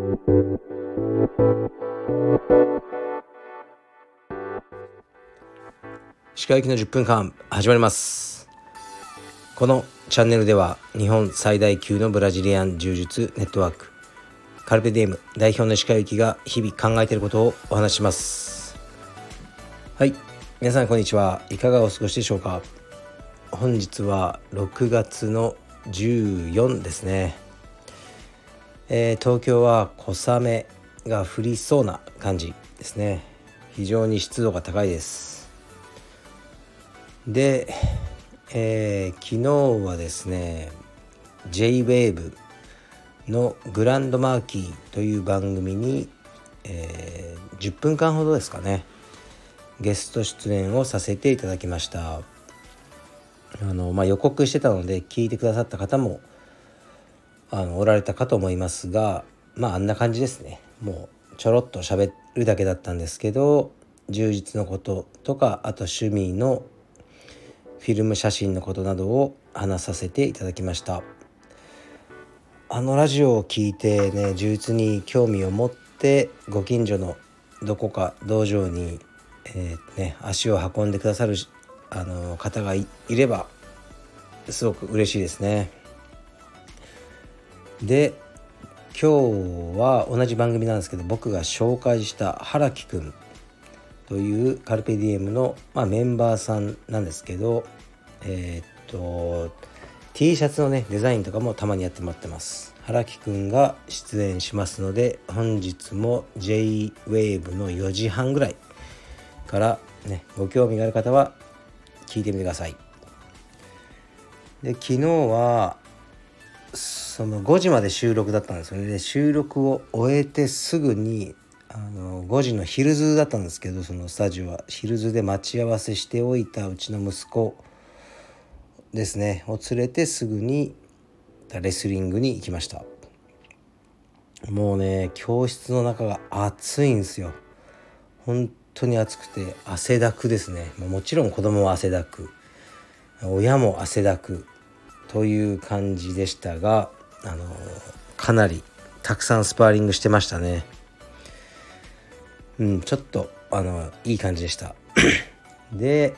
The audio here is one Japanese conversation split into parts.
歯科行きの10分間始まります。このチャンネルでは日本最大級のブラジリアン柔術ネットワークカルペディエム代表の歯科行きが日々考えていることをお話しします。はい、皆さんこんにちは。いかがお過ごしでしょうか。本日は6月の14ですね。東京は小雨が降りそうな感じですね。非常に湿度が高いです。で、昨日はですね J-WAVE のグランドマーキーという番組に、10分間ほどですかねゲスト出演をさせていただきました。予告してたので聞いてくださった方もおられたかと思いますが、あんな感じですね。もうちょろっと喋るだけだったんですけど、充実のこととか、あと趣味のフィルム写真のことなどを話させていただきました。ラジオを聞いてね、充実に興味を持ってご近所のどこか道場に、足を運んでくださる方が いればすごく嬉しいですね。で、今日は同じ番組なんですけど、僕が紹介した原木くんというカルペディエムの、メンバーさんなんですけど、T シャツのねデザインとかもたまにやってもらってます。原木くんが出演しますので、本日も J-WAVE の4時半ぐらいからね、ご興味がある方は聞いてみてください。で、昨日はその5時まで収録だったんですよね。で、収録を終えてすぐに5時のヒルズだったんですけど、そのスタジオはヒルズで待ち合わせしておいたうちの息子ですねを連れてすぐにレスリングに行きました。もうね、教室の中が暑いんですよ。本当に暑くて汗だくですね。もちろん子供は汗だく、親も汗だくという感じでしたが、かなりたくさんスパーリングしてましたね。ちょっといい感じでしたで、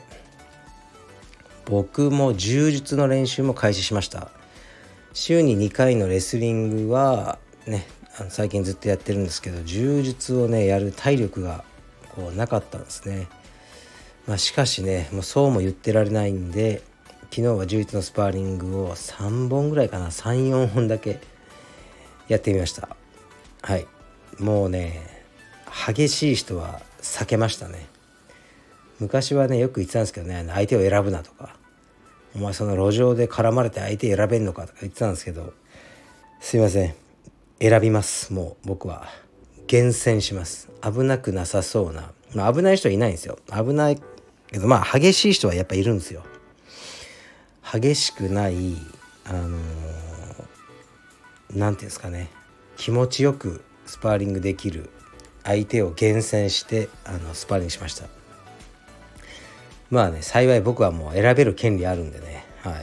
僕も柔術の練習も開始しました。週に2回のレスリングはね、最近ずっとやってるんですけど、柔術をねやる体力がこうなかったんですね。しかしね、もうそうも言ってられないんで、昨日は柔術のスパーリングを3本ぐらいかな、 3,4 本だけやってみました。はい、もうね、激しい人は避けましたね。昔はねよく言ってたんですけどね、相手を選ぶなとか、お前その路上で絡まれて相手選べんのかとか言ってたんですけど、すいません、選びます。もう僕は厳選します。危なくなさそうな、危ない人はいないんですよ。危ないけど激しい人はやっぱいるんですよ。激しくないなんていうんですかね、気持ちよくスパーリングできる相手を厳選してスパーリングしました。幸い僕はもう選べる権利あるんでね、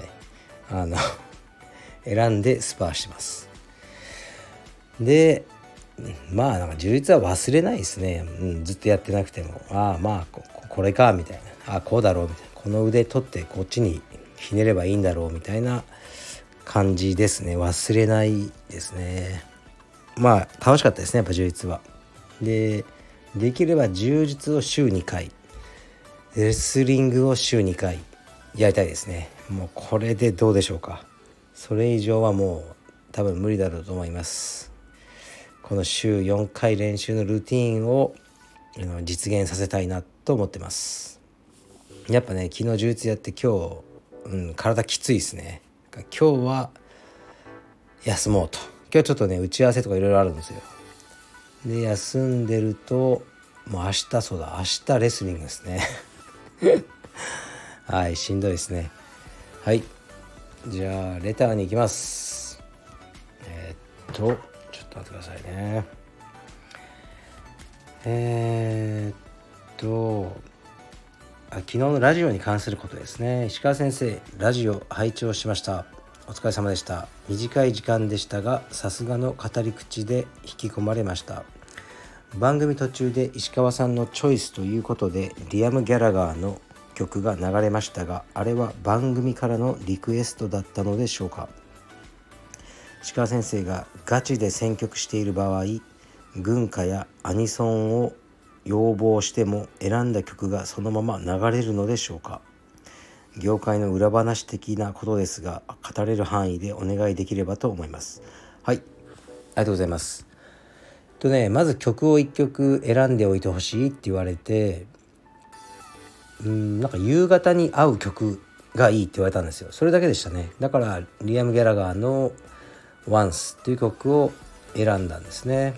選んでスパーしてます。で、なんか充実は忘れないですね。ずっとやってなくてもこれかみたいな、こうだろうみたいな、この腕取ってこっちにひねればいいんだろうみたいな感じですね。忘れないですね。楽しかったですね、やっぱ充実は。できれば充実を週2回、レスリングを週2回やりたいですね。もうこれでどうでしょうか。それ以上はもう多分無理だろうと思います。この週4回練習のルーティーンを実現させたいなと思ってます。やっぱね、昨日充実やって今日、体きついですね。今日は休もうと。今日ちょっとね打ち合わせとかいろいろあるんですよ。で、休んでるともう明日レスリングですねはい、しんどいですね。はい、じゃあレターに行きます。ちょっと待ってくださいね。昨日のラジオに関することですね。石川先生、ラジオ拝聴しました。 お疲れ様でした。短い時間でしたが、さすがの語り口で引き込まれました。番組途中で石川さんのチョイスということでリアム・ギャラガーの曲が流れましたが、あれは番組からのリクエストだったのでしょうか。石川先生がガチで選曲している場合、軍歌やアニソンを要望しても選んだ曲がそのまま流れるのでしょうか。業界の裏話的なことですが、語れる範囲でお願いできればと思います。はい、ありがとうございます。まず曲を1曲選んでおいてほしいって言われて、なんか夕方に合う曲がいいって言われたんですよ。それだけでしたね。だからリアム・ギャラガーの Once っていう曲を選んだんですね。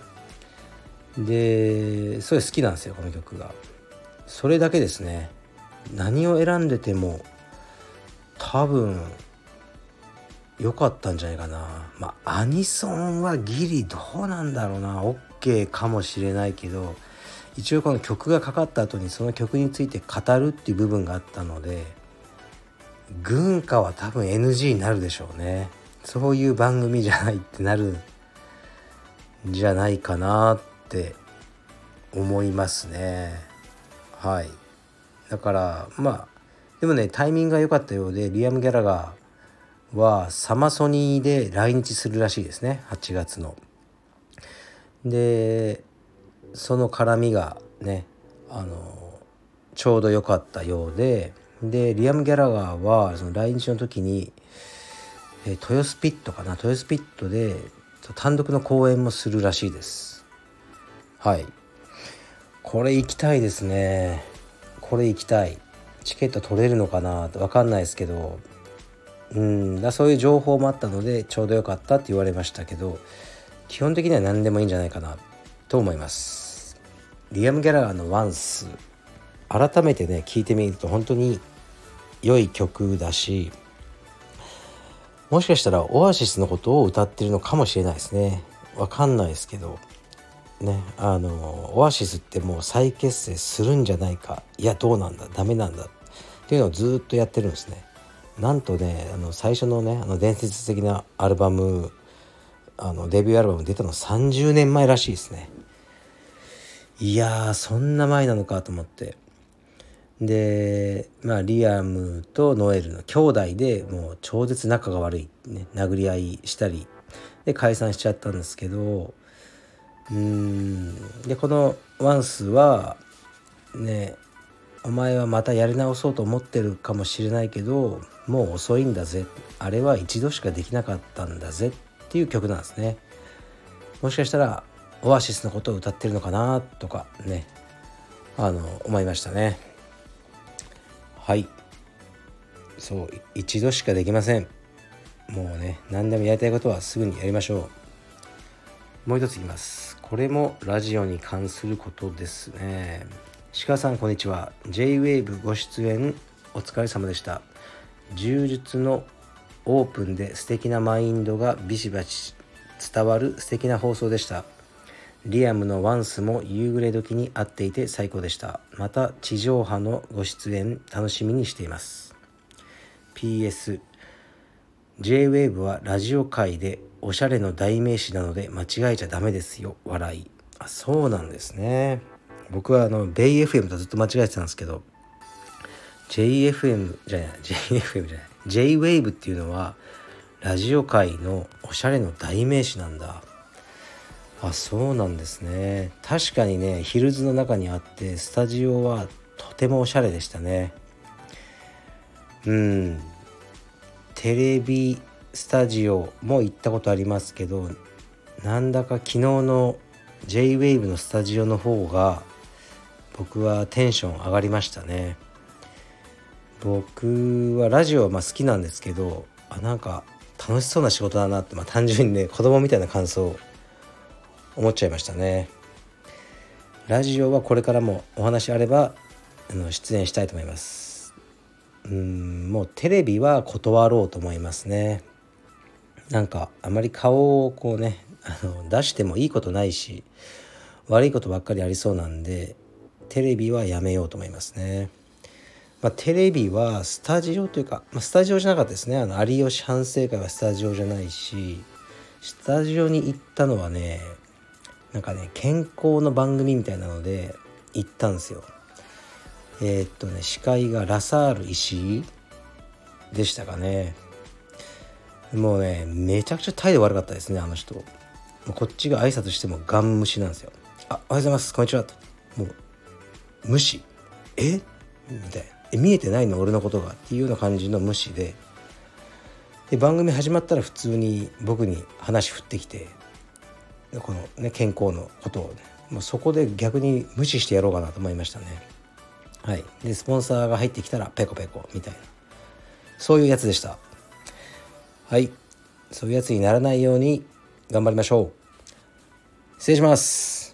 で、それ好きなんですよ、この曲が。それだけですね。何を選んでても多分良かったんじゃないかな。アニソンはギリどうなんだろうな。 OK かもしれないけど、一応この曲がかかった後にその曲について語るっていう部分があったので、軍歌は多分 NG になるでしょうね。そういう番組じゃないってなるんじゃないかなって思いますね。はい。だからでもね、タイミングが良かったようで、リアム・ギャラガーはサマソニーで来日するらしいですね、8月の。で、その絡みがね、ちょうど良かったようで、リアム・ギャラガーはその来日の時に、豊洲ピットで単独の公演もするらしいです。はい、これ行きたいですね。これ行きたい。チケット取れるのかなって分かんないですけど、そういう情報もあったのでちょうど良かったって言われましたけど、基本的には何でもいいんじゃないかなと思います。リアム・ギャラガーのワンス、改めてね聞いてみると本当に良い曲だし、もしかしたらオアシスのことを歌ってるのかもしれないですね。わかんないですけどね、オアシスってもう再結成するんじゃないか、いやどうなんだ、ダメなんだっていうのをずっとやってるんですね。なんとね、最初のね伝説的なアルバム、デビューアルバム出たの30年前らしいですね。いやー、そんな前なのかと思って。で、リアムとノエルの兄弟でもう超絶仲が悪い、ね、殴り合いしたりで解散しちゃったんですけど、でこのワンスはね、お前はまたやり直そうと思ってるかもしれないけど、もう遅いんだぜ、あれは一度しかできなかったんだぜっていう曲なんですね。もしかしたらオアシスのことを歌ってるのかなとかね、思いましたね。はい、そう、一度しかできません。もうね、何でもやりたいことはすぐにやりましょう。もう一ついきます。これもラジオに関することですね。鹿さんこんにちは。 J-WAVE ご出演お疲れ様でした。柔術のオープンで素敵なマインドがビシバシ伝わる素敵な放送でした。リアムのワンスも夕暮れ時に合っていて最高でした。また地上波のご出演楽しみにしています。 PS J-WAVE はラジオ界でおしゃれの代名詞なので間違えちゃダメですよ、笑い。あ、そうなんですね。僕はベイ FM とずっと間違えてたんですけど、 JFM じゃない JFM じゃない J-WAVE っていうのはラジオ界のおしゃれの代名詞なんだ。あ、そうなんですね。確かにね、ヒルズの中にあってスタジオはとてもおしゃれでしたね。テレビスタジオも行ったことありますけど、なんだか昨日の J-WAVE のスタジオの方が僕はテンション上がりましたね。僕はラジオは好きなんですけど、なんか楽しそうな仕事だなって、単純にね、子供みたいな感想を思っちゃいましたね。ラジオはこれからもお話あれば出演したいと思います。もうテレビは断ろうと思いますね。なんかあまり顔をこうね出してもいいことないし、悪いことばっかりありそうなんでテレビはやめようと思いますね。 テレビはスタジオというか、スタジオじゃなかったですね。有吉反省会はスタジオじゃないし、スタジオに行ったのはね、健康の番組みたいなので行ったんですよ。司会がラサール石井でしたかね。もうね、めちゃくちゃ態度悪かったですね、あの人。こっちが挨拶してもガン無視なんですよ。おはようございます、こんにちはと。もう無視。みたいな。見えてないの俺のことがっていうような感じの無視で、番組始まったら普通に僕に話振ってきて、このね健康のことをね、もうそこで逆に無視してやろうかなと思いましたね。はい。でスポンサーが入ってきたらペコペコみたいな、そういうやつでした。はい。そういうやつにならないように頑張りましょう。失礼します。